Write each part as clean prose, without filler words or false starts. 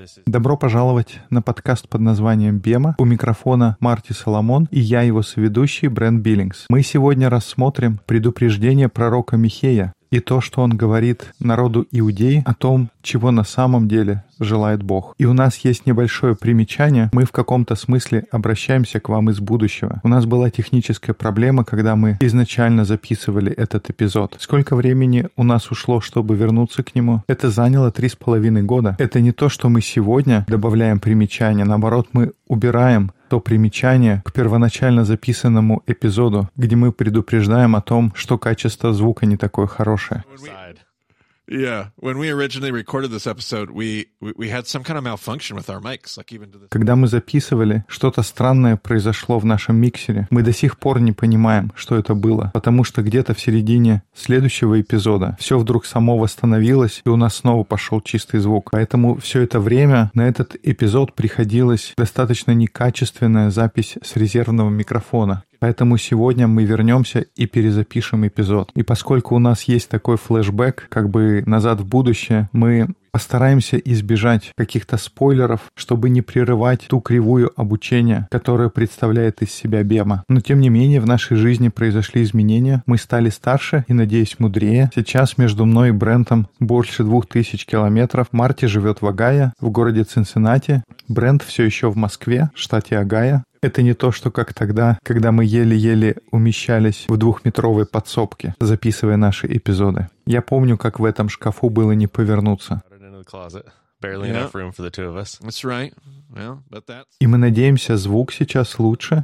Добро пожаловать на подкаст под названием «Бема». У микрофона Марти Соломон и я, его соведущий, Брент Биллингс. Мы сегодня рассмотрим предупреждение пророка Михея и то, что он говорит народу Иудеи о том, чего на самом деле желает Бог. И у нас есть небольшое примечание. Мы в каком-то смысле обращаемся к вам из будущего. У нас была техническая проблема, когда мы изначально записывали этот эпизод. Сколько времени у нас ушло, чтобы вернуться к нему? Это заняло 3,5 года. Это не то, что мы сегодня добавляем примечания. Наоборот, мы убираем то примечание к первоначально записанному эпизоду, где мы предупреждаем о том, что качество звука не такое хорошее. Когда мы записывали, что-то странное произошло в нашем миксере. Мы до сих пор не понимаем, что это было, потому что где-то в середине следующего эпизода все вдруг само восстановилось, и у нас снова пошел чистый звук. Поэтому все это время на этот эпизод приходилась достаточно некачественная запись с резервного микрофона. Поэтому сегодня мы вернемся и перезапишем эпизод. И поскольку у нас есть такой флешбэк, как бы назад в будущее, мы постараемся избежать каких-то спойлеров, чтобы не прерывать ту кривую обучения, которая представляет из себя Бема. Но тем не менее в нашей жизни произошли изменения. Мы стали старше и, надеюсь, мудрее. Сейчас между мной и Брентом больше 2000 километров. Марти живет в Огайо, в городе Цинциннати. Брент все еще в Москве, штате Огайо. Это не то, что как тогда, когда мы еле-еле умещались в 2-метровой подсобке, записывая наши эпизоды. Я помню, как в этом шкафу было не повернуться. И мы надеемся, звук сейчас лучше.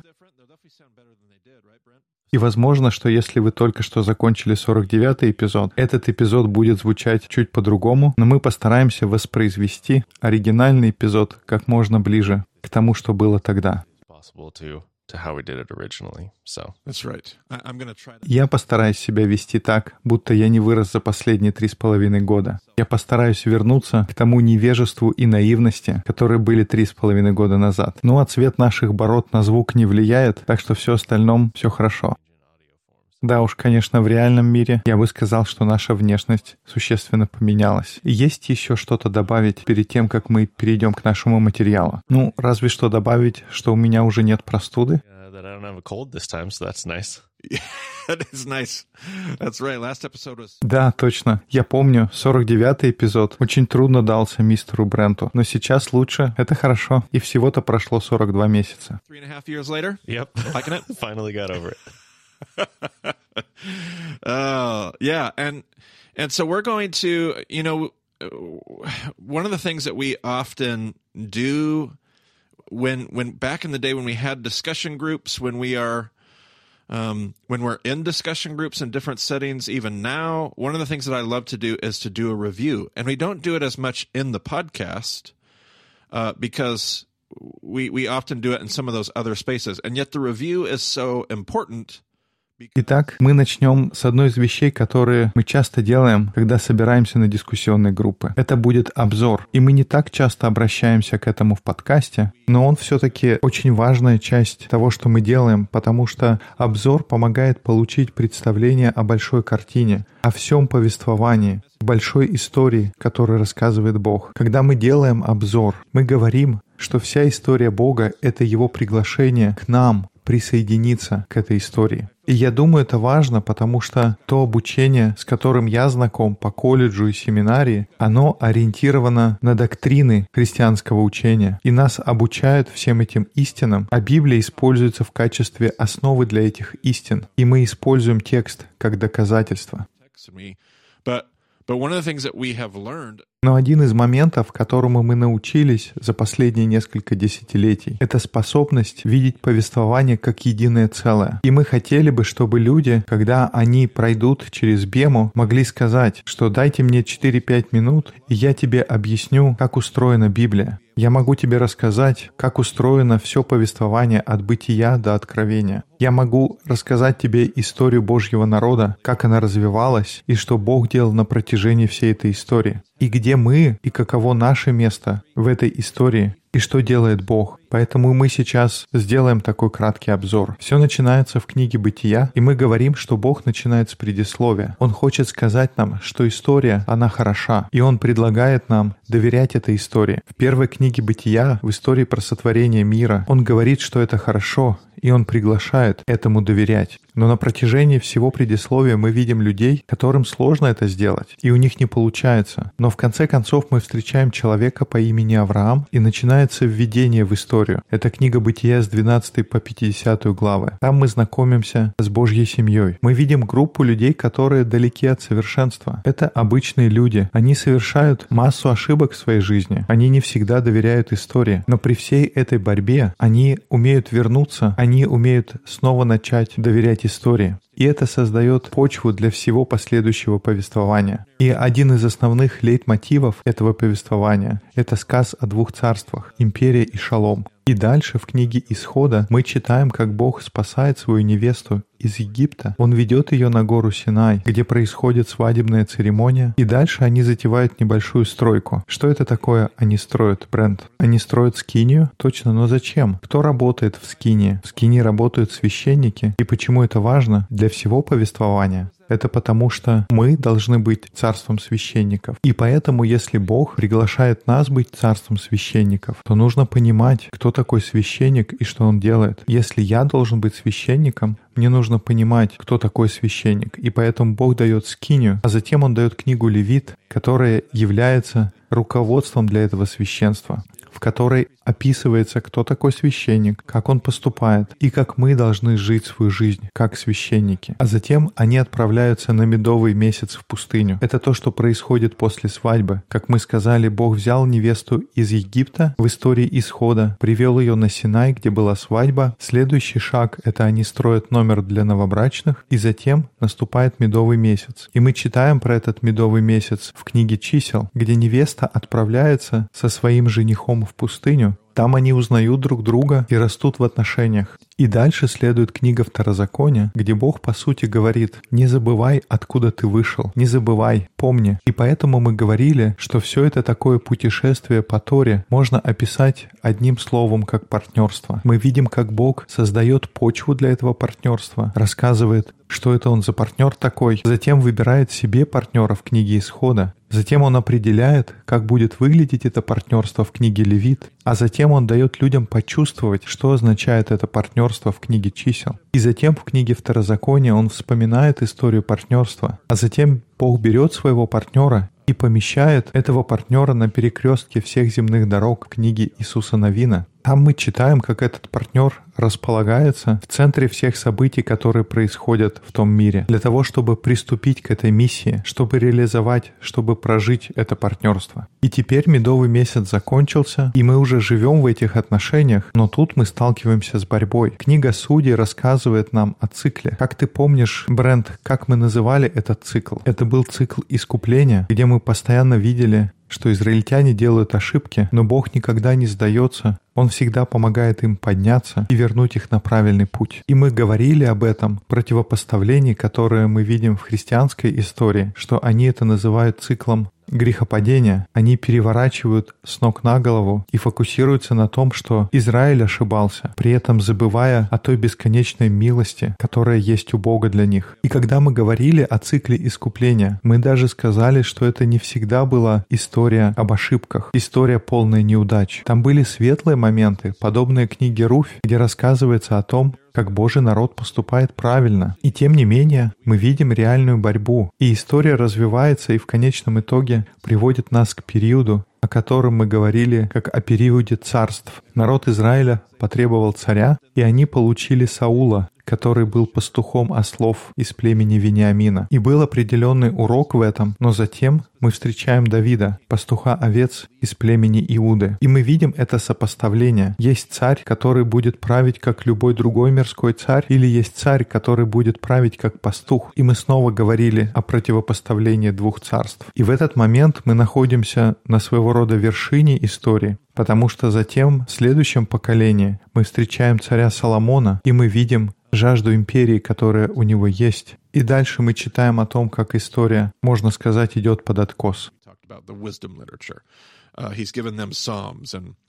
И возможно, что если вы только что закончили 49-й эпизод, этот эпизод будет звучать чуть по-другому, но мы постараемся воспроизвести оригинальный эпизод как можно ближе к тому, что было тогда. Я постараюсь себя вести так, будто я не вырос за последние 3,5 года. Я постараюсь вернуться к тому невежеству и наивности, которые были 3,5 года назад. Ну а цвет наших бород на звук не влияет, так что все остальном все хорошо. Да уж, конечно, в реальном мире я бы сказал, что наша внешность существенно поменялась. Есть еще что-то добавить перед тем, как мы перейдем к нашему материалу? Ну, разве что добавить, что у меня уже нет простуды. Да, точно. Я помню, 49-й эпизод очень трудно дался мистеру Бренту, но сейчас лучше. Это хорошо. И всего-то прошло 42 месяца. Yeah, and so we're going to, one of the things that we often do when back in the day when we had discussion groups, when we're in discussion groups in different settings, even now, one of the things that I love to do is to do a review, and we don't do it as much in the podcast because we often do it in some of those other spaces, and yet the review is so important. Итак, мы начнем с одной из вещей, которые мы часто делаем, когда собираемся на дискуссионные группы. Это будет обзор. И мы не так часто обращаемся к этому в подкасте, но он все-таки очень важная часть того, что мы делаем, потому что обзор помогает получить представление о большой картине, о всем повествовании, большой истории, которую рассказывает Бог. Когда мы делаем обзор, мы говорим, что вся история Бога — это Его приглашение к нам присоединиться к этой истории. И я думаю, это важно, потому что то обучение, с которым я знаком по колледжу и семинарии, оно ориентировано на доктрины христианского учения. И нас обучают всем этим истинам, а Библия используется в качестве основы для этих истин. И мы используем текст как доказательство. Но один из моментов, которому мы научились за последние несколько десятилетий, это способность видеть повествование как единое целое. И мы хотели бы, чтобы люди, когда они пройдут через Бему, могли сказать, что дайте мне 4-5 минут, и я тебе объясню, как устроена Библия. Я могу тебе рассказать, как устроено все повествование от Бытия до Откровения. Я могу рассказать тебе историю Божьего народа, как она развивалась, и что Бог делал на протяжении всей этой истории. И где мы, и каково наше место в этой истории, и что делает Бог. Поэтому мы сейчас сделаем такой краткий обзор. Все начинается в книге «Бытия», и мы говорим, что Бог начинает с предисловия. Он хочет сказать нам, что история, она хороша, и Он предлагает нам доверять этой истории. В первой книге «Бытия», в истории про сотворение мира, Он говорит, что это хорошо, и Он приглашает этому доверять. Но на протяжении всего предисловия мы видим людей, которым сложно это сделать, и у них не получается. Но в конце концов мы встречаем человека по имени Авраам, и начинается введение в историю. Это книга «Бытия» с 12 по 50 главы. Там мы знакомимся с Божьей семьей. Мы видим группу людей, которые далеки от совершенства. Это обычные люди. Они совершают массу ошибок в своей жизни. Они не всегда доверяют истории. Но при всей этой борьбе они умеют вернуться, они умеют снова начать доверять истории. И это создает почву для всего последующего повествования. И один из основных лейтмотивов этого повествования — это сказ о двух царствах — империя и шалом. И дальше в книге Исхода мы читаем, как Бог спасает свою невесту из Египта. Он ведет ее на гору Синай, где происходит свадебная церемония. И дальше они затевают небольшую стройку. Что это такое они строят, Брент? Они строят скинию? Точно, но зачем? Кто работает в скинии? В скинии работают священники. И почему это важно для всего повествования? Это потому, что мы должны быть царством священников. И поэтому, если Бог приглашает нас быть царством священников, то нужно понимать, кто такой священник и что он делает. Если я должен быть священником, мне нужно понимать, кто такой священник. И поэтому Бог дает скинию, а затем Он дает книгу Левит, которая является руководством для этого священства, в которой описывается, кто такой священник, как он поступает и как мы должны жить свою жизнь как священники. А затем они отправляются на медовый месяц в пустыню. Это то, что происходит после свадьбы. Как мы сказали, Бог взял невесту из Египта в истории Исхода, привел ее на Синай, где была свадьба. Следующий шаг — это они строят номер для новобрачных, и затем наступает медовый месяц. И мы читаем про этот медовый месяц в книге Чисел, где невеста отправляется со своим женихом в пустыню. Там они узнают друг друга и растут в отношениях. И дальше следует книга Второзакония, где Бог, по сути, говорит: «Не забывай, откуда ты вышел, не забывай, помни». И поэтому мы говорили, что все это такое путешествие по Торе можно описать одним словом, как партнерство. Мы видим, как Бог создает почву для этого партнерства, рассказывает, что это Он за партнер такой, затем выбирает себе партнера в книге Исхода. Затем Он определяет, как будет выглядеть это партнерство в книге Левит, а затем Он дает людям почувствовать, что означает это партнерство в книге Чисел. И затем в книге Второзакония Он вспоминает историю партнерства, а затем Бог берет своего партнера и помещает этого партнера на перекрестке всех земных дорог в книге Иисуса Навина. Там мы читаем, как этот партнер располагается в центре всех событий, которые происходят в том мире, для того, чтобы приступить к этой миссии, чтобы реализовать, чтобы прожить это партнерство. И теперь медовый месяц закончился, и мы уже живем в этих отношениях, но тут мы сталкиваемся с борьбой. Книга Судей рассказывает нам о цикле. Как ты помнишь, Брент, как мы называли этот цикл? Это был цикл искупления, где мы постоянно видели, что израильтяне делают ошибки, но Бог никогда не сдается. Он всегда помогает им подняться и вернуть их на правильный путь. И мы говорили об этом противопоставлении, которое мы видим в христианской истории, что они это называют циклом грехопадения. Они переворачивают с ног на голову и фокусируются на том, что Израиль ошибался, при этом забывая о той бесконечной милости, которая есть у Бога для них. И когда мы говорили о цикле искупления, мы даже сказали, что это не всегда была история об ошибках, история полная неудач. Там были светлые моменты, подобные книге Руфь, где рассказывается о том, как Божий народ поступает правильно. И тем не менее, мы видим реальную борьбу. И история развивается и в конечном итоге приводит нас к периоду, о котором мы говорили как о периоде царств. Народ Израиля потребовал царя, и они получили Саула, который был пастухом ослов из племени Вениамина. И был определенный урок в этом, но затем мы встречаем Давида, пастуха овец из племени Иуды. И мы видим это сопоставление. Есть царь, который будет править как любой другой мирской царь, или есть царь, который будет править как пастух. И мы снова говорили о противопоставлении двух царств. И в этот момент мы находимся на своего рода вершине истории, потому что затем в следующем поколении мы встречаем царя Соломона, и мы видим жажду империи, которая у него есть. И дальше мы читаем о том, как история, можно сказать, идет под откос.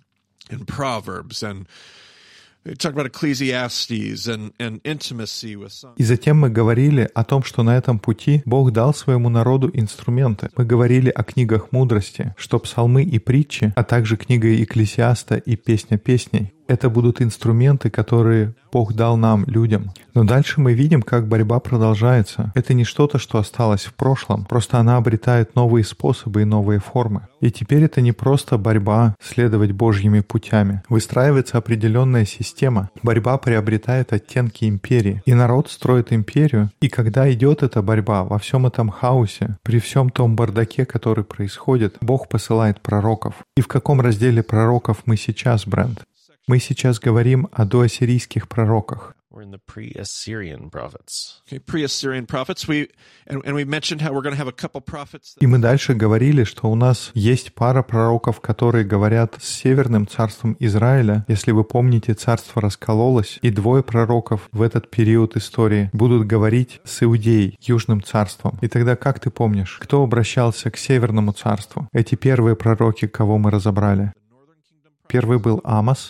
Proverbs, and we talked about Ecclesiastes and intimacy with some. И затем мы говорили о том, что на этом пути Бог дал своему народу инструменты. Мы говорили о книгах мудрости, что псалмы и притчи, а также книга Екклесиаста и Песня песней. Это будут инструменты, которые Бог дал нам, людям. Но дальше мы видим, как борьба продолжается. Это не что-то, что осталось в прошлом, просто она обретает новые способы и новые формы. И теперь это не просто борьба следовать Божьими путями. Выстраивается определенная система. Борьба приобретает оттенки империи. И народ строит империю. И когда идет эта борьба во всем этом хаосе, при всем том бардаке, который происходит, Бог посылает пророков. И в каком разделе пророков мы сейчас, Брент? Мы сейчас говорим о доассирийских пророках. We're in the pre-Assyrian prophets. Okay, pre-Assyrian prophets. We mentioned how we're going to have a couple prophets. И мы дальше говорили, что у нас есть пара пророков, которые говорят с Северным царством Израиля. Если вы помните, царство раскололось, и двое пророков в этот период истории будут говорить с Иудеей, Южным царством. И тогда, как ты помнишь, кто обращался к Северному царству? Эти первые пророки, кого мы разобрали. Первый был Амос.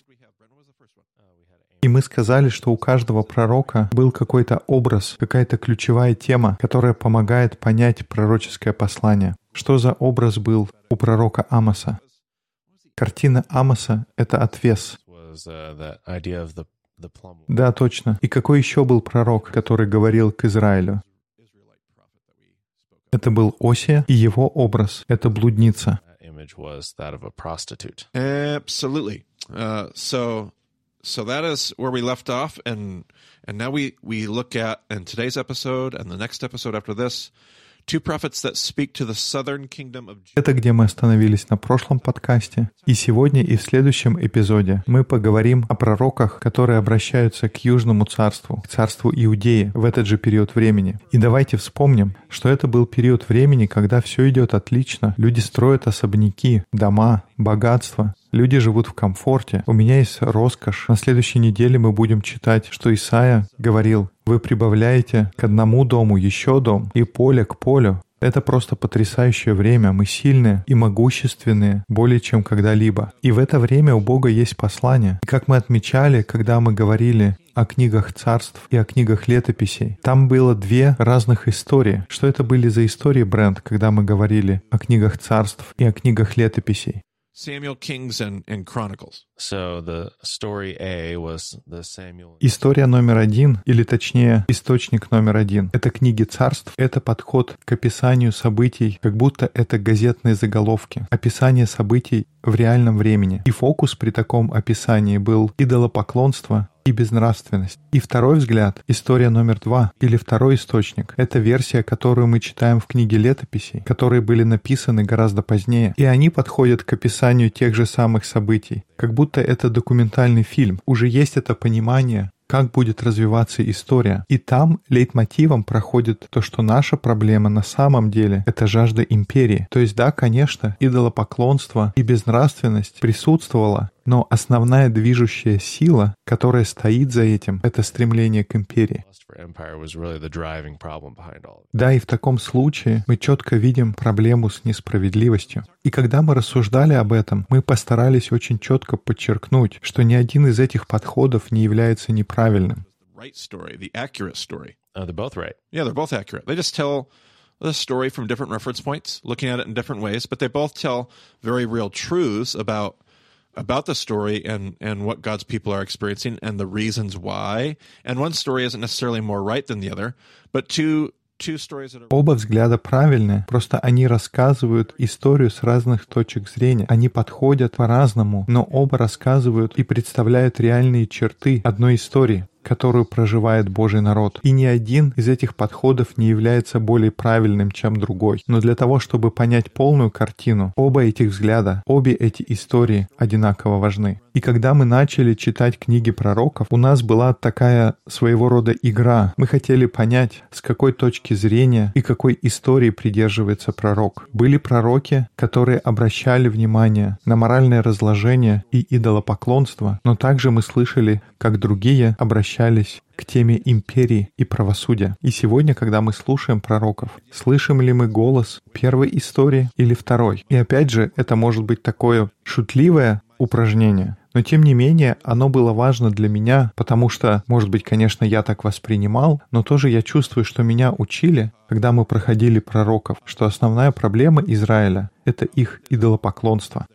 И мы сказали, что у каждого пророка был какой-то образ, какая-то ключевая тема, которая помогает понять пророческое послание. Что за образ был у пророка Амоса? Картина Амоса — это отвес. Да, точно. И какой еще был пророк, который говорил к Израилю? Это был Осия, и его образ — это блудница. Absolutely. So that is where we left off, and now we look at, in today's episode and the next episode after this, two prophets that speak to the southern kingdom of Judah. Это где мы остановились на прошлом подкасте. И сегодня и в следующем эпизоде мы поговорим о пророках, которые обращаются к Южному царству, к царству Иудеи в этот же период времени. И давайте вспомним, что это был период времени, когда все идет отлично. Люди строят особняки, дома, богатство. Люди живут в комфорте. У меня есть роскошь. На следующей неделе мы будем читать, что Исаия говорил: «Вы прибавляете к одному дому еще дом, и поле к полю». Это просто потрясающее время. Мы сильные и могущественные более чем когда-либо. И в это время у Бога есть послание. И как мы отмечали, когда мы говорили о книгах царств и о книгах летописей, там было две разных истории. Что это были за истории, Брент, когда мы говорили о книгах царств и о книгах летописей? Samuel, Kings, and Chronicles. So the story A was the Samuel. История номер один, или точнее, источник номер один, это книги царств, это подход к описанию событий, как будто это газетные заголовки, описание событий в реальном времени. И фокус при таком описании был идолопоклонство и безнравственность. И второй взгляд, история номер 2, или второй источник, это версия, которую мы читаем в книге летописей, которые были написаны гораздо позднее. И они подходят к описанию тех же самых событий, как будто это документальный фильм. Уже есть это понимание, как будет развиваться история. И там лейтмотивом проходит то, что наша проблема на самом деле — это жажда империи. То есть да, конечно, идолопоклонство и безнравственность присутствовало, но основная движущая сила, которая стоит за этим, это стремление к империи. Да, и в таком случае мы четко видим проблему с несправедливостью. И когда мы рассуждали об этом, мы постарались очень четко подчеркнуть, что ни один из этих подходов не является неправильным. Right story, the accurate story. They're both right. Yeah, they're both accurate. They just tell the story from different reference points, looking at it in different ways, but they both tell very real truths about the story and what God's people are experiencing and the reasons why. And one story isn't necessarily more right than the other, but two stories that are... Оба взгляда правильные, просто они рассказывают историю с разных точек зрения. Они подходят по-разному, но оба рассказывают и представляют реальные черты одной истории, которую проживает Божий народ. И ни один из этих подходов не является более правильным, чем другой. Но для того, чтобы понять полную картину, оба этих взгляда, обе эти истории одинаково важны. И когда мы начали читать книги пророков, у нас была такая своего рода игра. Мы хотели понять, с какой точки зрения и какой истории придерживается пророк. Были пророки, которые обращали внимание на моральное разложение и идолопоклонство, но также мы слышали, как другие обращались к теме империи и правосудия. И сегодня, когда мы слушаем пророков, слышим ли мы голос первой истории или второй? И опять же, это может быть такое шутливое упражнение, Но тем не менее, оно было важно для меня, потому что, может быть, конечно, я так воспринимал, но тоже я чувствую, что меня учили, когда мы проходили пророков, что основная проблема Израиля — это их идолопоклонство.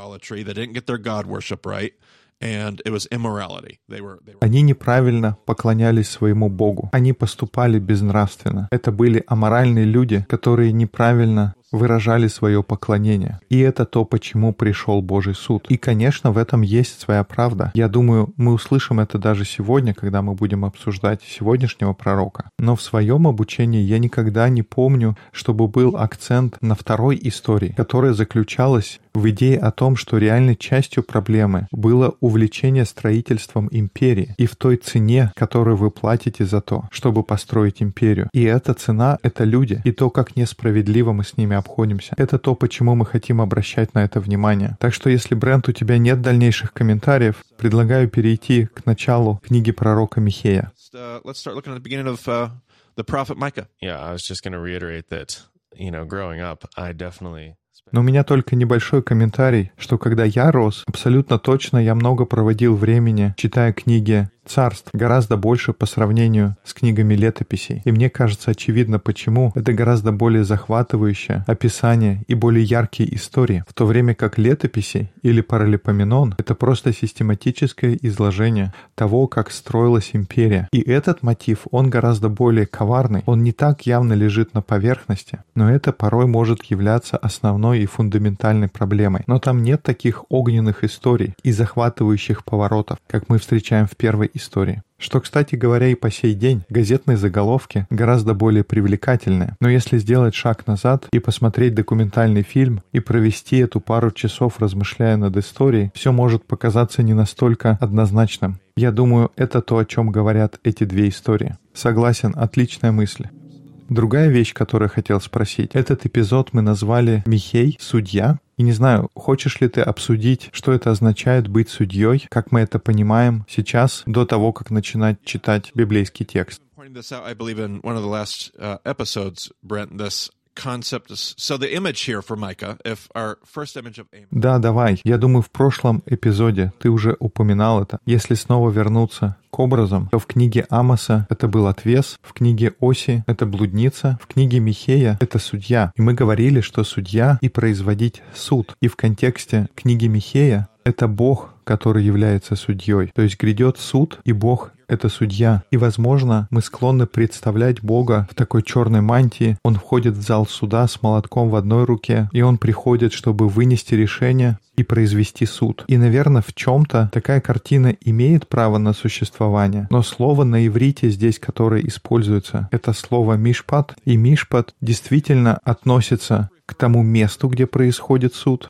Они неправильно поклонялись своему Богу. Они поступали безнравственно. Это были аморальные люди, которые неправильно выражали свое поклонение. И это то, почему пришел Божий суд. И, конечно, в этом есть своя правда. Я думаю, мы услышим это даже сегодня, когда мы будем обсуждать сегодняшнего пророка. Но в своем обучении я никогда не помню, чтобы был акцент на второй истории, которая заключалась в идее о том, что реальной частью проблемы было увлечение строительством империи и в той цене, которую вы платите за то, чтобы построить империю. И эта цена — это люди, и то, как несправедливо мы с ними обходимся. Это то, почему мы хотим обращать на это внимание. Так что если, Брент, у тебя нет дальнейших комментариев, предлагаю перейти к началу книги пророка Михея. Let's start looking at the beginning of the prophet Micah. Yeah, I was just going to reiterate that, growing up, I definitely... Но у меня только небольшой комментарий, что когда я рос, абсолютно точно я много проводил времени, читая книги царств, гораздо больше по сравнению с книгами летописей. И мне кажется очевидно, почему. Это гораздо более захватывающее описание и более яркие истории, в то время как летописи или паралипоменон — это просто систематическое изложение того, как строилась империя. И этот мотив, он гораздо более коварный, он не так явно лежит на поверхности, но это порой может являться основной и фундаментальной проблемой. Но там нет таких огненных историй и захватывающих поворотов, как мы встречаем в первой истории. Что, кстати говоря, и по сей день газетные заголовки гораздо более привлекательные. Но если сделать шаг назад и посмотреть документальный фильм и провести эту пару часов, размышляя над историей, все может показаться не настолько однозначным. Я думаю, это то, о чем говорят эти две истории. Согласен, отличная мысль. Другая вещь, которую я хотел спросить. Этот эпизод мы назвали «Михей. Судья». И не знаю, хочешь ли ты обсудить, что это означает быть судьей, как мы это понимаем сейчас, до того, как начинать читать библейский текст. Да, давай. Я думаю, в прошлом эпизоде ты уже упоминал это. Если снова вернуться к образам, то в книге Амоса это был отвес, в книге Оси это блудница, в книге Михея это судья. И мы говорили, что судья и производить суд. И в контексте книги Михея это Бог, который является судьей. То есть грядет суд, и Бог — это судья. И, возможно, мы склонны представлять Бога в такой черной мантии. Он входит в зал суда с молотком в одной руке, и он приходит, чтобы вынести решение и произвести суд. И, наверное, в чем-то такая картина имеет право на существование. Но слово на иврите здесь, которое используется, это слово «мишпат». И «мишпат» действительно относится к тому месту, где происходит суд.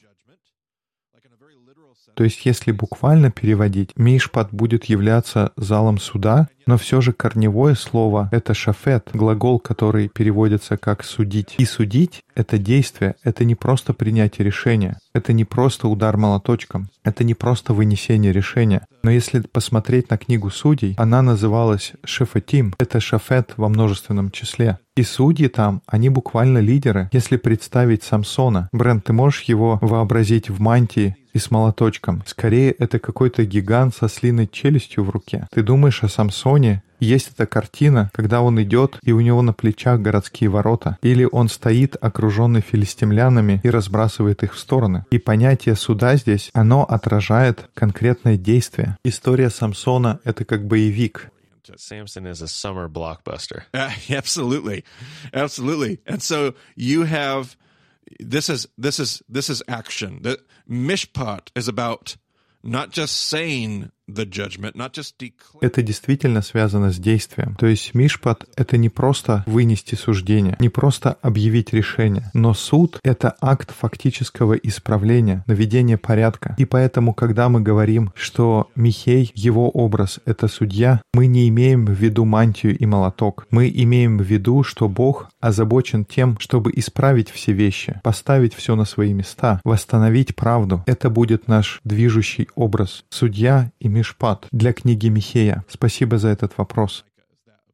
То есть, если буквально переводить, мишпат будет являться залом суда, но все же корневое слово — это шафет, глагол, который переводится как «судить». И судить — это действие, это не просто принятие решения, это не просто удар молоточком, это не просто вынесение решения. Но если посмотреть на книгу Судей, она называлась «шефетим», это шафет во множественном числе. И судьи там, они буквально лидеры. Если представить Самсона, Брент, ты можешь его вообразить в мантии и с молоточком? Скорее, это какой-то гигант со слиной челюстью в руке. Ты думаешь о Самсоне? Есть эта картина, когда он идет, и у него на плечах городские ворота. Или он стоит, окруженный филистимлянами, и разбрасывает их в стороны. И понятие суда здесь, оно отражает конкретное действие. История Самсона — это как боевик. Samson is a summer blockbuster. Absolutely. And so you have this is action. The mishpat is about not just saying the judgment, not just declare. Это действительно связано с действием. То есть мишпат — это не просто вынести суждение, не просто объявить решение, но суд — это акт фактического исправления, наведения порядка. И поэтому, когда мы говорим, что Михей, его образ — это судья, мы не имеем в виду мантию и молоток. Мы имеем в виду, что Бог озабочен тем, чтобы исправить все вещи, поставить все на свои места, восстановить правду. Это будет наш движущий образ. Судья и мишпат для книги Михея. Спасибо за этот вопрос.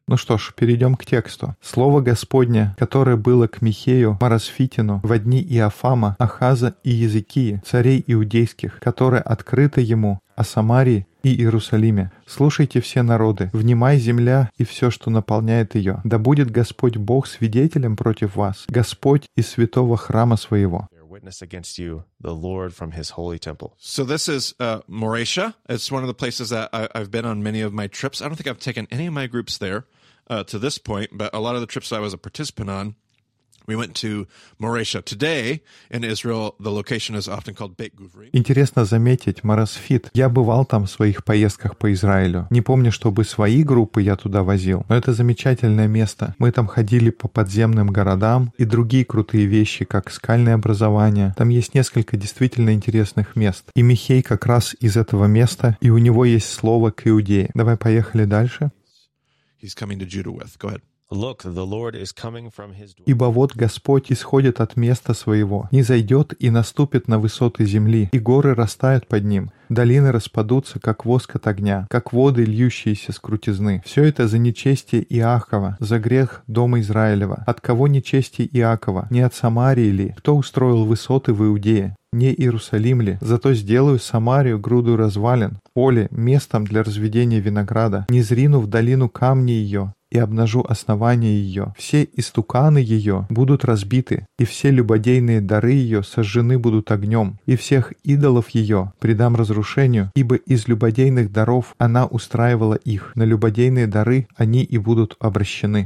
Ну что ж, перейдем к тексту. «Слово Господне, которое было к Михею, Марасфитину, во дни Иофама, Ахаза и Езекии, царей иудейских, которое открыто ему о Самарии и Иерусалиме. Слушайте все народы, внимай земля и все, что наполняет ее. Да будет Господь Бог свидетелем против вас, Господь из святого храма своего». Against you, the Lord from his holy temple. So this is Moresha. It's one of the places that I've been on many of my trips. I don't think I've taken any of my groups there to this point, but a lot of the trips I was a participant on, we went to Moresha. Today, in Israel, the location is often called Beit Guvrin. Интересно заметить, Марасфит. Я бывал там в своих поездках по Израилю. Не помню, чтобы свои группы я туда возил, но это замечательное место. Мы там ходили по подземным городам и другие крутые вещи, как скальное образование. Там есть несколько действительно интересных мест. И Михей как раз из этого места, и у него есть слово к Иудее. Давай поехали дальше. He's coming to Judah with. Go ahead. Look, the Lord is coming from his dwelling. «Ибо вот Господь исходит от места своего, низойдет и наступит на высоты земли, и горы растают под ним, долины распадутся, как воск от огня, как воды, льющиеся с крутизны. Все это за нечестие Иакова, за грех дома Израилева. От кого нечестие Иакова? Не от Самарии ли? Кто устроил высоты в Иудее? Не Иерусалим ли? Зато сделаю Самарию груду развалин, поле местом для разведения винограда, не зрину в долину камни ее, и обнажу основание ее. Все истуканы ее будут разбиты, и все любодейные дары ее сожжены будут огнем, и всех идолов ее предам разрушению, ибо из любодейных даров она устраивала их, на любодейные дары они и будут обращены».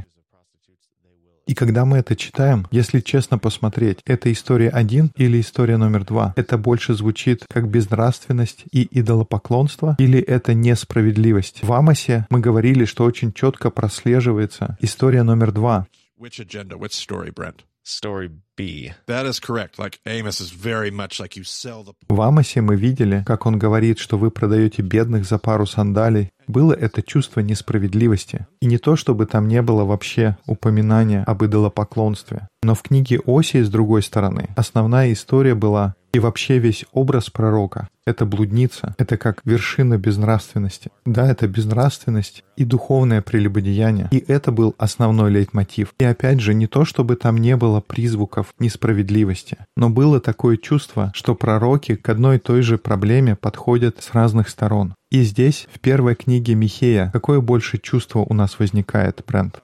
И когда мы это читаем, если честно посмотреть, это история 1 или история номер 2? Это больше звучит как безнравственность и идолопоклонство, или это несправедливость? В Амосе мы говорили, что очень четко прослеживается история номер 2. Which agenda? Which story, Brent? Story B. That is correct. Like Amos is very much like you sell the... В Амосе мы видели, как он говорит, что вы продаете бедных за пару сандалий. Было это чувство несправедливости. И не то, чтобы там не было вообще упоминания об идолопоклонстве. Но в книге Осии, с другой стороны, основная история была, и вообще весь образ пророка — это блудница, это как вершина безнравственности. Да, это безнравственность и духовное прелюбодеяние. И это был основной лейтмотив. И опять же, не то, чтобы там не было призвуков несправедливости, но было такое чувство, что пророки к одной и той же проблеме подходят с разных сторон. И здесь, в первой книге Михея, какое больше чувство у нас возникает, Брент?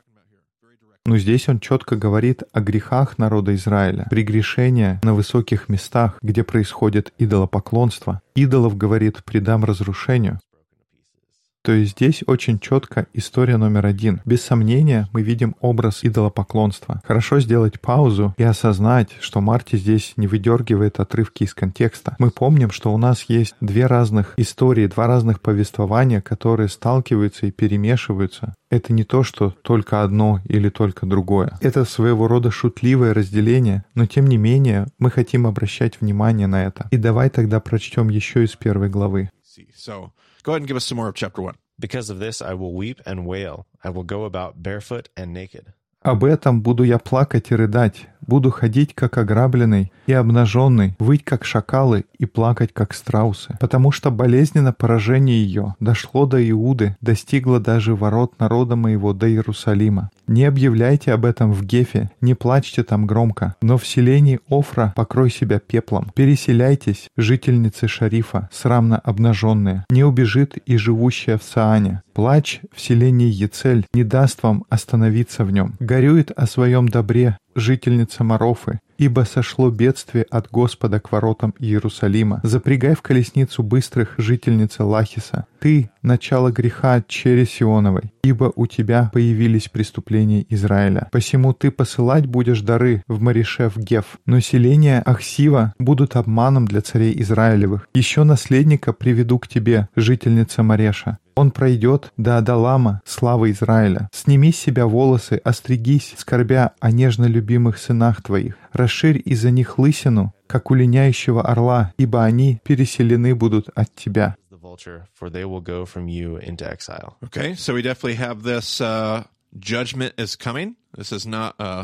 Но здесь он четко говорит о грехах народа Израиля, прегрешения на высоких местах, где происходит идолопоклонство. Идолов, говорит, предам разрушению. То есть здесь очень четко история номер 1. Без сомнения, мы видим образ идолопоклонства. Хорошо сделать паузу и осознать, что Марти здесь не выдергивает отрывки из контекста. Мы помним, что у нас есть 2 разных истории, 2 разных повествования, которые сталкиваются и перемешиваются. Это не то, что только одно или только другое. Это своего рода шутливое разделение, но тем не менее мы хотим обращать внимание на это. И давай тогда прочтем еще из 1 главы. So, go ahead and give us some more of chapter 1. Because of this I will weep and wail. I will go about barefoot and naked. «Об этом буду я плакать и рыдать, буду ходить, как ограбленный и обнаженный, выть, как шакалы, и плакать, как страусы, потому что болезненно поражение ее дошло до Иуды, достигло даже ворот народа моего до Иерусалима. Не объявляйте об этом в Гефе, не плачьте там громко, но в селении Офра покрой себя пеплом. Переселяйтесь, жительницы Шарифа, срамно обнаженные, не убежит и живущая в Саане. Плач в селении Ецель не даст вам остановиться в нем. Горюет о своем добре жительница Марофы, ибо сошло бедствие от Господа к воротам Иерусалима. Запрягай в колесницу быстрых, жительница Лахиса. Ты — начало греха от чери Сионовой, ибо у тебя появились преступления Израиля. Посему ты посылать будешь дары в Маришев Геф, но селения Ахсива будут обманом для царей Израилевых. Еще наследника приведу к тебе, жительница Мареша. Он пройдет до Адалама, славы Израиля. Сними с себя волосы, остригись, скорбя о нежно любимых сынах твоих. Расширь из-за них лысину, как у линяющего орла, ибо они переселены будут от тебя». Okay, so we definitely have this judgment is coming. This is not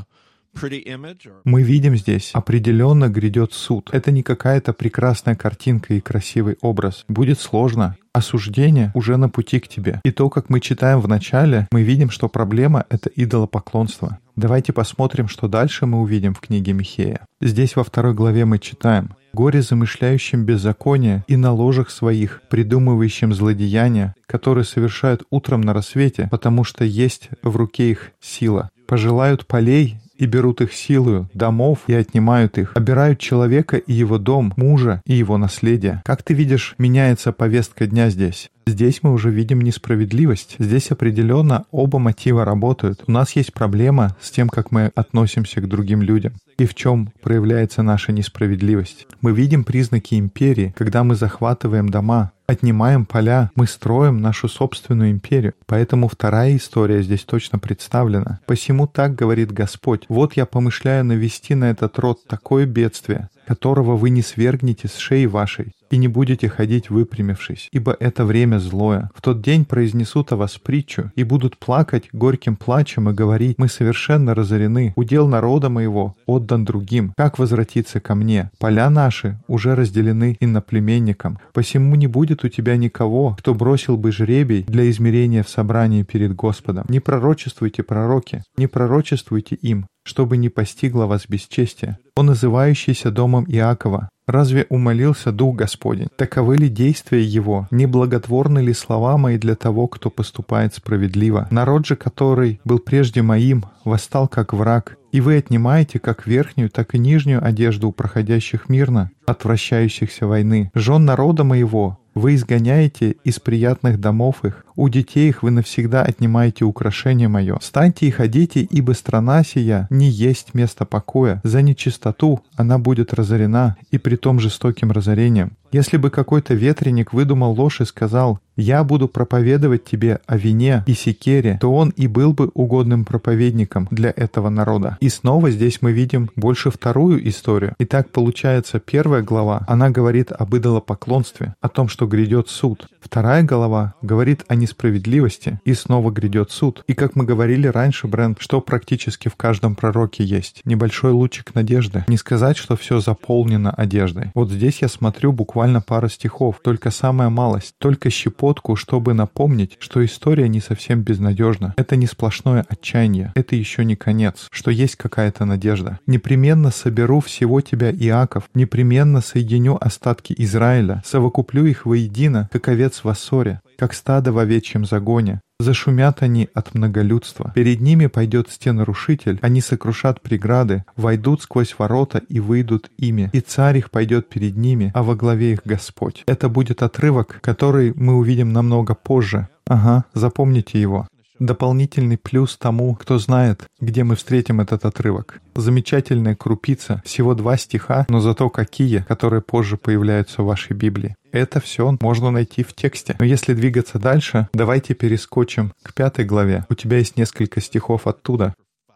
pretty image or Мы видим здесь, определенно грядет суд. Это не какая-то прекрасная картинка и красивый образ. Будет сложно. Осуждение уже на пути к тебе. И то, как мы читаем в начале, мы видим, что проблема — это идолопоклонство. Давайте посмотрим, что дальше мы увидим в книге Михея. Здесь во 2 главе мы читаем: «Горе замышляющим беззаконие и на ложах своих, придумывающим злодеяния, которые совершают утром на рассвете, потому что есть в руке их сила. Пожелают полей и берут их силою, домов и отнимают их, обирают человека и его дом, мужа и его наследие». Как ты видишь, меняется повестка дня здесь. Здесь мы уже видим несправедливость. Здесь определенно оба мотива работают. У нас есть проблема с тем, как мы относимся к другим людям. И в чем проявляется наша несправедливость. Мы видим признаки империи, когда мы захватываем дома, отнимаем поля, мы строим нашу собственную империю. Поэтому вторая история здесь точно представлена. «Посему так говорит Господь: вот я помышляю навести на этот род такое бедствие, которого вы не свергнете с шеи вашей, и не будете ходить выпрямившись, ибо это время злое. В тот день произнесут о вас притчу, и будут плакать горьким плачем и говорить: мы совершенно разорены, удел народа моего отдан другим. Как возвратиться ко мне? Поля наши уже разделены иноплеменникам. Посему не будет у тебя никого, кто бросил бы жребий для измерения в собрании перед Господом. Не пророчествуйте, пророки, не пророчествуйте им, чтобы не постигло вас бесчестие. О называющийся домом Иакова, разве умолился Дух Господень? Таковы ли действия Его? Не благотворны ли слова мои для того, кто поступает справедливо? Народ же, который был прежде моим, восстал как враг, и вы отнимаете как верхнюю, так и нижнюю одежду у проходящих мирно, отвращающихся войны. Жен народа моего вы изгоняете из приятных домов их, у детей их вы навсегда отнимаете украшение мое. Встаньте и ходите, ибо страна сия не есть место покоя. За нечистоту она будет разорена, и притом жестоким разорением. Если бы какой-то ветреник выдумал ложь и сказал: «Я буду проповедовать тебе о вине и секере», то он и был бы угодным проповедником для этого народа. И снова здесь мы видим больше вторую историю. Итак, получается, 1 глава, она говорит об идолопоклонстве, о том, что грядет суд. 2 глава говорит о несправедливости, и снова грядет суд. И как мы говорили раньше, Брент, что практически в каждом пророке есть? Небольшой лучик надежды. Не сказать, что все заполнено одеждой. Вот здесь я смотрю буквально пара стихов, только самая малость, только щепотку, чтобы напомнить, что история не совсем безнадежна. Это не сплошное отчаяние, это еще не конец, что есть какая-то надежда. «Непременно соберу всего тебя, Иаков, непременно соединю остатки Израиля, совокуплю их воедино, как овец в Ассоре, как стадо в овечьем загоне. Зашумят они от многолюдства. Перед ними пойдет стенарушитель, они сокрушат преграды, войдут сквозь ворота и выйдут ими, и царь их пойдет перед ними, а во главе их Господь». Это будет отрывок, который мы увидим намного позже. Ага, запомните его. Дополнительный плюс тому, кто знает, где мы встретим этот отрывок. Замечательная крупица, всего 2 стиха, но зато какие, которые позже появляются в вашей Библии. Это все можно найти в тексте. Но если двигаться дальше, давайте перескочим к 5 главе. У тебя есть несколько стихов оттуда.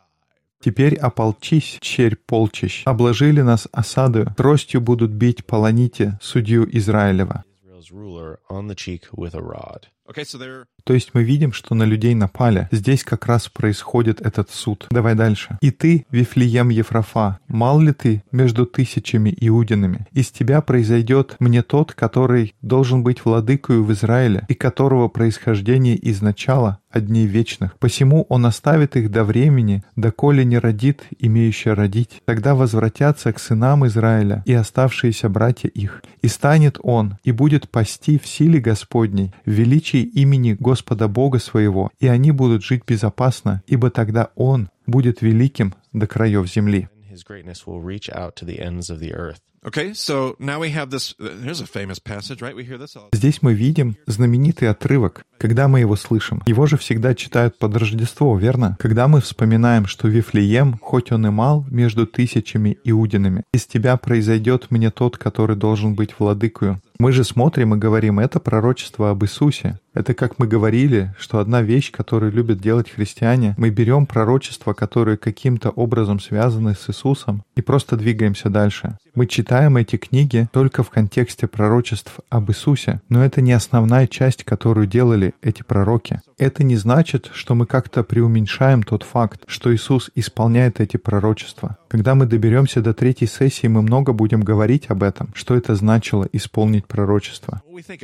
«Теперь ополчись, черь полчищ, обложили нас осадою, тростью будут бить полоните судью Израилева». То есть мы видим, что на людей напали. Здесь как раз происходит этот суд. Давай дальше. «И ты, Вифлеем Ефрафа, мал ли ты между тысячами иудинами? Из тебя произойдет мне тот, который должен быть владыкою в Израиле, и которого происхождение из начала от дней вечных. Посему он оставит их до времени, доколе не родит, имеющий родить. Тогда возвратятся к сынам Израиля и оставшиеся братья их. И станет он, и будет пасти в силе Господней, в величии имени Господа Бога своего, и они будут жить безопасно, ибо тогда он будет великим до краев земли». Okay, so now we have this. Here's a famous passage, right? We hear this all. Здесь мы видим знаменитый отрывок, когда мы его слышим. Его же всегда читают под Рождество, верно? Когда мы вспоминаем, что Вифлеем, хоть он и мал, между тысячами иудинами. «Из тебя произойдет мне тот, который должен быть владыкою». Мы же смотрим и говорим, это пророчество об Иисусе. Это как мы говорили, что одна вещь, которую любят делать христиане, мы берем пророчества, которые каким-то образом связаны с Иисусом, и просто двигаемся дальше. Мы читаем эти книги только в контексте пророчеств об Иисусе, но это не основная часть, которую делали эти пророки. Это не значит, что мы как-то преуменьшаем тот факт, что Иисус исполняет эти пророчества. Когда мы доберемся до 3-й сессии, мы много будем говорить об этом, что это значило исполнить пророчество.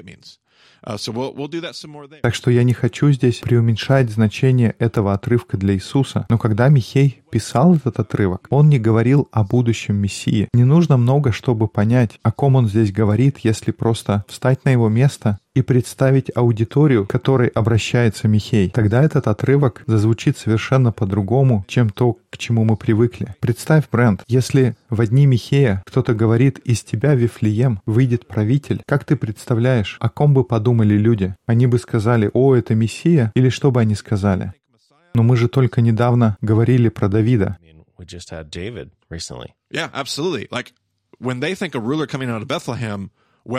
Так что я не хочу здесь преуменьшать значение этого отрывка для Иисуса, но когда Михей писал этот отрывок, он не говорил о будущем Мессии. Не нужно много, чтобы понять, о ком он здесь говорит, если просто встать на его место и представить аудиторию, к которой обращается Михей. Тогда этот отрывок зазвучит совершенно по-другому, чем то, к чему мы привыкли. Представь, Брент, если в дни Михея кто-то говорит: «Из тебя, Вифлеем, выйдет правитель», как ты представляешь, о ком бы подумали люди? Они бы сказали: «О, это Мессия», или что бы они сказали? Но мы же только недавно говорили про Давида. Yeah, absolutely. Like when they think a ruler coming out of Bethlehem,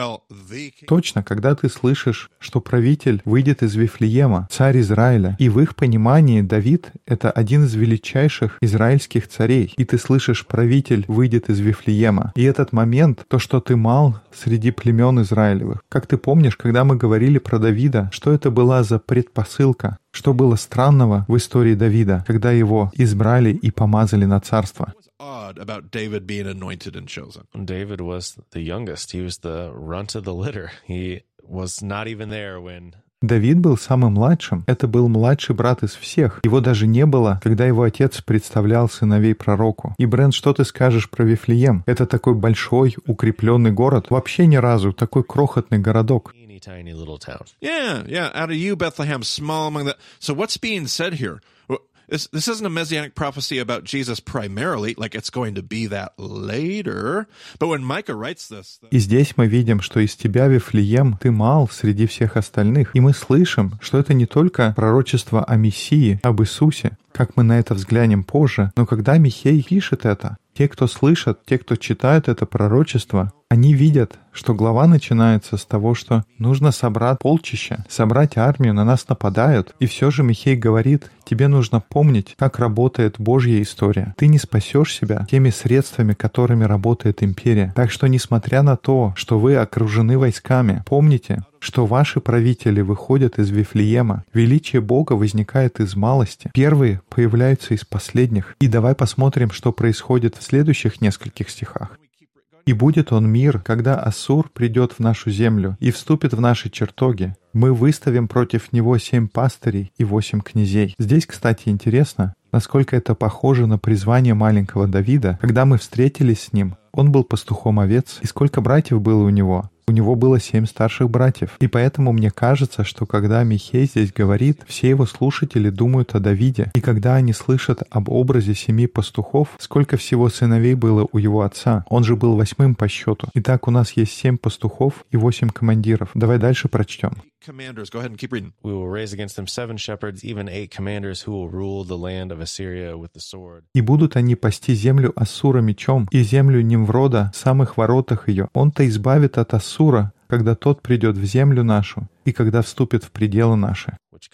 Точно, когда ты слышишь, что правитель выйдет из Вифлеема, царь Израиля, и в их понимании Давид — это один из величайших израильских царей, и ты слышишь: правитель выйдет из Вифлеема. И этот момент, то, что ты мал среди племен Израилевых. Как ты помнишь, когда мы говорили про Давида, что это была за предпосылка? Что было странного в истории Давида, когда его избрали и помазали на царство? About David being anointed and chosen. David was the youngest. He was the runt of the litter. He was not even there when... Давид был самым младшим. Это был младший брат из всех. Его даже не было, когда его отец представлял сыновей пророку. И, Брент, что ты скажешь про Вифлеем? Это такой большой, укрепленный город. Вообще ни разу. Такой крохотный городок. Tiny little town. Yeah. Out of you, Bethlehem, small among the... So what's being said here? This isn't a messianic prophecy about Jesus primarily, like it's going to be that later. But when Micah writes this... И здесь мы видим, что из тебя, Вифлеем, ты мал среди всех остальных. И мы слышим, что это не только пророчество о Мессии, об Иисусе, как мы на это взглянем позже, но когда Михей пишет это, те, кто слышат, те, кто читают это пророчество, они видят, что глава начинается с того, что нужно собрать полчища, собрать армию, на нас нападают. И все же Михей говорит: тебе нужно помнить, как работает Божья история. Ты не спасешь себя теми средствами, которыми работает империя. Так что, несмотря на то, что вы окружены войсками, помните, что ваши правители выходят из Вифлеема. Величие Бога возникает из малости. Первые появляются из последних. И давай посмотрим, что происходит в следующих нескольких стихах. «И будет он мир, когда Ассур придет в нашу землю и вступит в наши чертоги. Мы выставим против него 7 пастырей и 8 князей». Здесь, кстати, интересно, насколько это похоже на призвание маленького Давида. Когда мы встретились с ним, он был пастухом овец. И сколько братьев было у него? У него было 7 старших братьев. И поэтому мне кажется, что когда Михей здесь говорит, все его слушатели думают о Давиде. И когда они слышат об образе 7 пастухов, сколько всего сыновей было у его отца? Он же был 8-м по счету. Итак, у нас есть 7 пастухов и 8 командиров. Давай дальше прочтем. Commanders, go ahead and keep reading. We will raise against them 7 shepherds, even 8 commanders who will rule the land of Assyria with the sword. И будут они пасти землю Ассура мечом, и землю Нимврода в самых воротах ее. Он-то избавит от Ассура, когда тот придет в землю нашу, и когда вступит в пределы наши.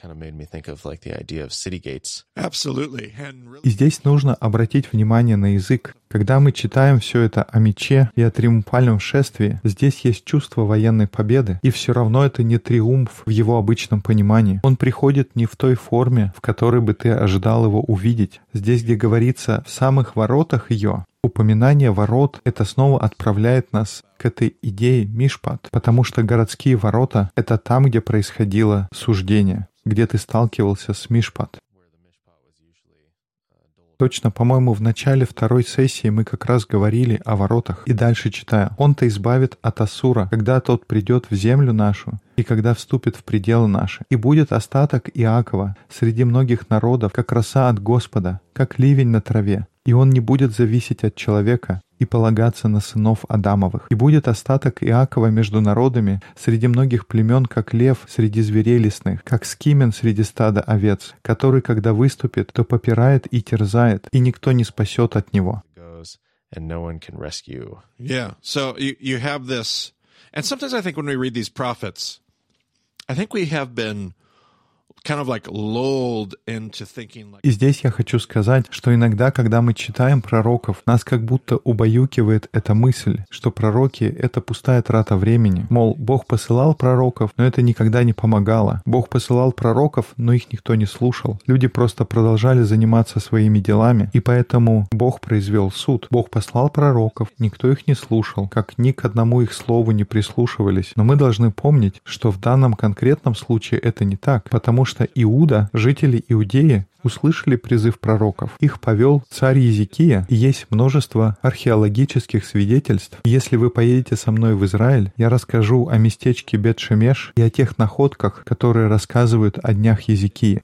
И здесь нужно обратить внимание на язык. Когда мы читаем все это о мече и о триумфальном шествии, здесь есть чувство военной победы, и все равно это не триумф в его обычном понимании. Он приходит не в той форме, в которой бы ты ожидал его увидеть. Здесь, где говорится «в самых воротах ее», упоминание ворот — это снова отправляет нас к этой идее мишпат, потому что городские ворота — это там, где происходило суждение, где ты сталкивался с мишпат. Точно, по-моему, в начале 2-й сессии мы как раз говорили о воротах. И дальше читаю. «Он-то избавит от Ассура, когда тот придет в землю нашу, и когда вступит в пределы наши. И будет остаток Иакова среди многих народов, как роса от Господа, как ливень на траве. И он не будет зависеть от человека и полагаться на сынов Адамовых. И будет остаток Иакова между народами среди многих племен, как лев среди зверей лесных, как скимен среди стада овец, который, когда выступит, то попирает и терзает, и никто не спасет от него». Yeah, so you have this, and sometimes I think when we read these prophets, I think we have been kind of like lulled into thinking like... И здесь я хочу сказать, что иногда, когда мы читаем пророков, нас как будто убаюкивает эта мысль, что пророки — это пустая трата времени. Мол, Бог посылал пророков, но это никогда не помогало. Бог посылал пророков, но их никто не слушал. Люди просто продолжали заниматься своими делами, и поэтому Бог произвел суд. Бог послал пророков, никто их не слушал, как ни к одному их слову не прислушивались. Но мы должны помнить, что в данном конкретном случае это не так, потому что Иуда, жители Иудеи, услышали призыв пророков. Их повел царь Езекия, и есть множество археологических свидетельств. И если вы поедете со мной в Израиль, я расскажу о местечке Бет-Шемеш и о тех находках, которые рассказывают о днях Езекии.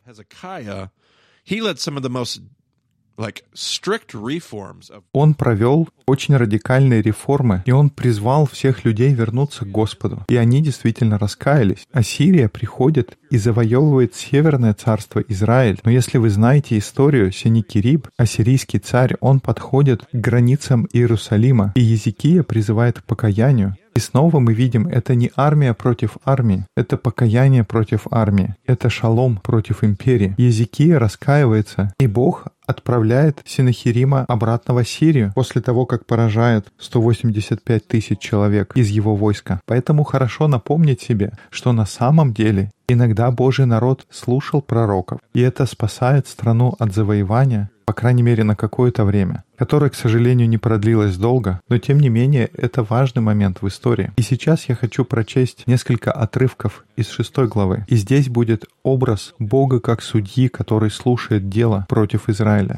Он провел очень радикальные реформы, и он призвал всех людей вернуться к Господу. И они действительно раскаялись. Ассирия приходит и завоевывает Северное царство Израиль. Но если вы знаете историю, Сенакериб, ассирийский царь, он подходит к границам Иерусалима, и Езекия призывает к покаянию. И снова мы видим, это не армия против армии, это покаяние против армии, это шалом против империи. Езекия раскаивается, и Бог отправляет Сенахерима обратно в Ассирию после того, как поражает 185 тысяч человек из его войска. Поэтому хорошо напомнить себе, что на самом деле иногда Божий народ слушал пророков, и это спасает страну от завоевания, по крайней мере, на какое-то время, которое, к сожалению, не продлилось долго, но тем не менее, это важный момент в истории. И сейчас я хочу прочесть несколько отрывков из 6 главы. И здесь будет образ Бога как судьи, который слушает дело против Израиля.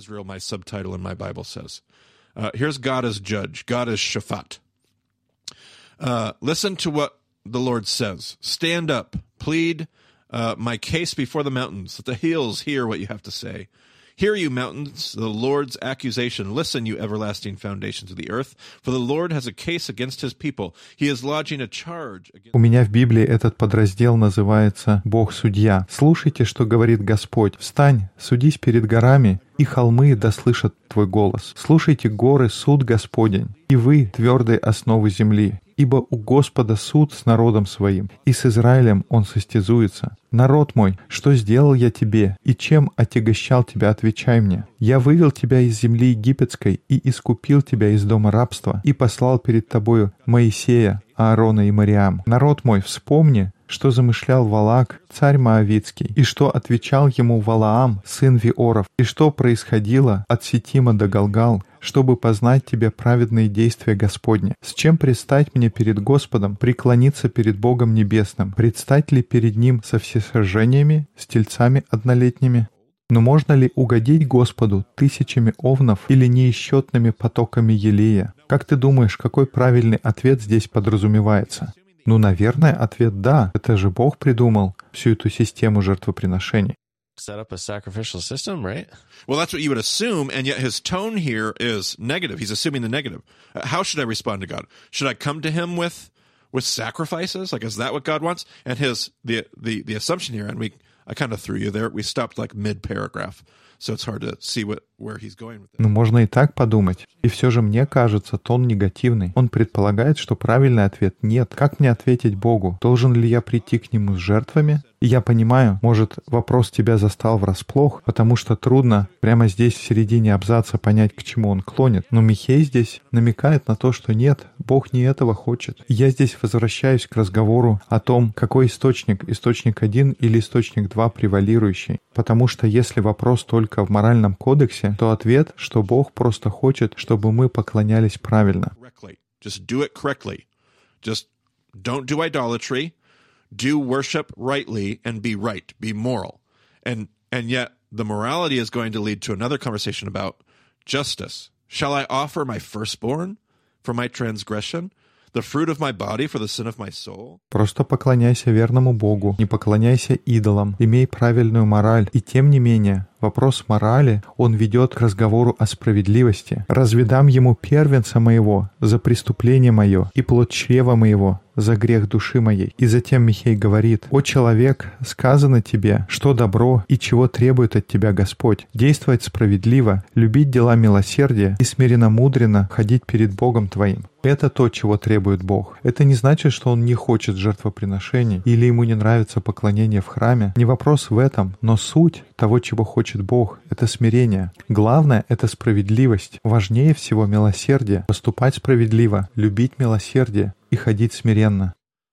Here's God as judge. God as Shaphat. Listen to what the Lord says. Stand up, plead my case before the mountains. Let the hills hear what you have to say. Hear, you mountains, the Lord's accusation. Listen, you everlasting foundations of the earth. For the Lord has a case against his people. He is lodging a charge against... У меня в Библии этот подраздел называется «Бог-судья». Слушайте, что говорит Господь. «Встань, судись перед горами, и холмы да слышат твой голос. Слушайте, горы, суд Господень, и вы, твердые основы земли. Ибо у Господа суд с народом своим, и с Израилем он состязуется. Народ мой, что сделал я тебе, и чем отягощал тебя, отвечай мне. Я вывел тебя из земли египетской, и искупил тебя из дома рабства, и послал перед тобою Моисея, Аарона и Мариам. Народ мой, вспомни, что замышлял Валак, царь Моавитский, и что отвечал ему Валаам, сын Виоров, и что происходило от Ситима до Галгал, чтобы познать тебе праведные действия Господни. С чем предстать мне перед Господом, преклониться перед Богом Небесным? Предстать ли перед Ним со всесожжениями, с тельцами однолетними? Но можно ли угодить Господу тысячами овнов или неисчетными потоками елея? Как ты думаешь, какой правильный ответ здесь подразумевается? Ну, наверное, ответ «да». Это же Бог придумал всю эту систему жертвоприношений. Set up a sacrificial system, right? Well, that's what you would assume, and yet his tone here is negative. He's assuming the negative. How should I respond to God? Should I come to him with sacrifices? Like, is that what God wants? And the assumption here, and I kind of threw you there. We stopped like mid-paragraph, so it's hard to see where he's going with it. Ну, можно и так подумать. И все же мне кажется, тон негативный. Он предполагает, что правильный ответ «нет». Как мне ответить Богу? Должен ли я прийти к Нему с жертвами? И я понимаю, может, вопрос тебя застал врасплох, потому что трудно прямо здесь в середине абзаца понять, к чему он клонит. Но Михей здесь намекает на то, что нет, Бог не этого хочет. И я здесь возвращаюсь к разговору о том, какой источник 1 или источник 2 превалирующий. Потому что если вопрос только в моральном кодексе, то ответ, что Бог просто хочет, чтобы мы поклонялись правильно. Just do it correctly. Just don't do idolatry. Do worship rightly and be right, be moral. And yet the morality is going to lead to another conversation about justice. Shall I offer my firstborn for my transgression? The fruit of my body for the sin of my soul? Просто поклоняйся верному Богу, не поклоняйся идолам, имей правильную мораль. И тем не менее, вопрос морали, он ведет к разговору о справедливости. «Разве дам ему первенца моего за преступление мое и плод чрева моего за грех души моей?» И затем Михей говорит: «О человек, сказано тебе, что добро и чего требует от тебя Господь: действовать справедливо, любить дела милосердия и смиренно-мудренно ходить перед Богом твоим». Это то, чего требует Бог. Это не значит, что Он не хочет жертвоприношений или Ему не нравится поклонение в храме. Не вопрос в этом, но суть того, чего хочет Бог, — это смирение. Главное — это справедливость. Важнее всего милосердие, поступать справедливо, любить милосердие и ходить смиренно.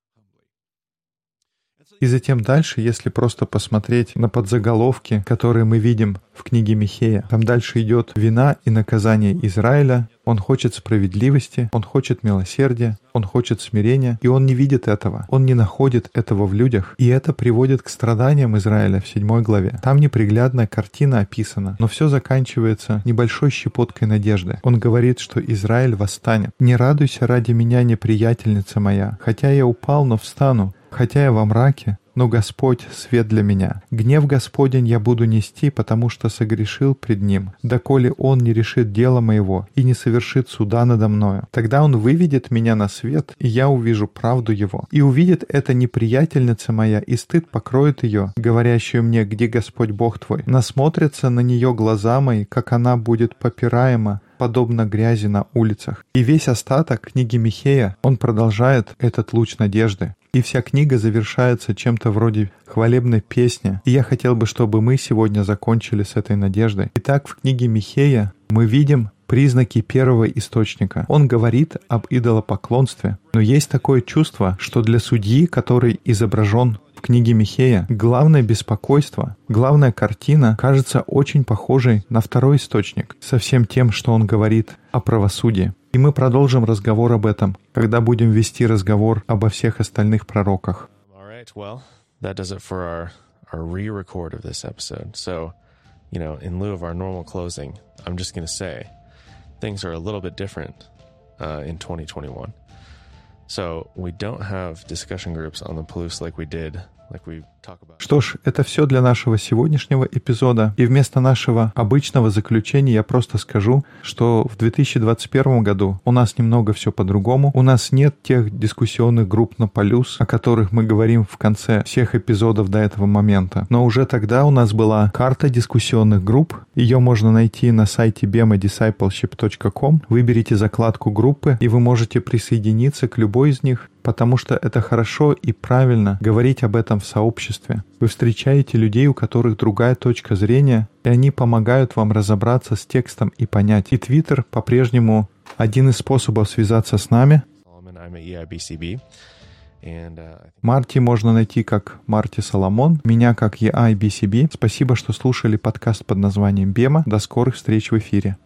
И затем дальше, если просто посмотреть на подзаголовки, которые мы видим в книге Михея, там дальше идет вина и наказание Израиля. Он хочет справедливости, он хочет милосердия, он хочет смирения, и он не видит этого. Он не находит этого в людях. И это приводит к страданиям Израиля в 7 главе. Там неприглядная картина описана, но все заканчивается небольшой щепоткой надежды. Он говорит, что Израиль восстанет. «Не радуйся ради меня, неприятельница моя, хотя я упал, но встану. Хотя я во мраке, но Господь — свет для меня. Гнев Господень я буду нести, потому что согрешил пред Ним, доколе Он не решит дело моего и не совершит суда надо мною. Тогда Он выведет меня на свет, и я увижу правду Его. И увидит это неприятельница моя, и стыд покроет ее, говорящую мне: где Господь Бог твой? Насмотрятся на нее глаза мои, как она будет попираема, подобно грязи на улицах». И весь остаток книги Михея, он продолжает этот луч надежды. И вся книга завершается чем-то вроде хвалебной песни. И я хотел бы, чтобы мы сегодня закончили с этой надеждой. Итак, в книге Михея мы видим признаки первого источника. Он говорит об идолопоклонстве. Но есть такое чувство, что для судьи, который изображен в книге Михея, главное беспокойство, главная картина кажется очень похожей на второй источник, со всем тем, что он говорит о правосудии. И мы продолжим разговор об этом, когда будем вести разговор обо всех остальных пророках. That does it for our re-record of this episode. So, in lieu of our normal closing, I'm just going to say things are a little bit different in 2021. So we don't have discussion groups on the Palouse like we did. Что ж, это все для нашего сегодняшнего эпизода. И вместо нашего обычного заключения я просто скажу, что в 2021 году у нас немного все по-другому. У нас нет тех дискуссионных групп на Palouse, о которых мы говорим в конце всех эпизодов до этого момента. Но уже тогда у нас была карта дискуссионных групп. Ее можно найти на сайте bemadiscipleship.com. Выберите закладку группы, и вы можете присоединиться к любой из них, потому что это хорошо и правильно говорить об этом в сообществе. Вы встречаете людей, у которых другая точка зрения, и они помогают вам разобраться с текстом и понять. И Twitter по-прежнему один из способов связаться с нами. Марти можно найти как Марти Соломон, меня как EIBCB. Спасибо, что слушали подкаст под названием «Бема». До скорых встреч в эфире.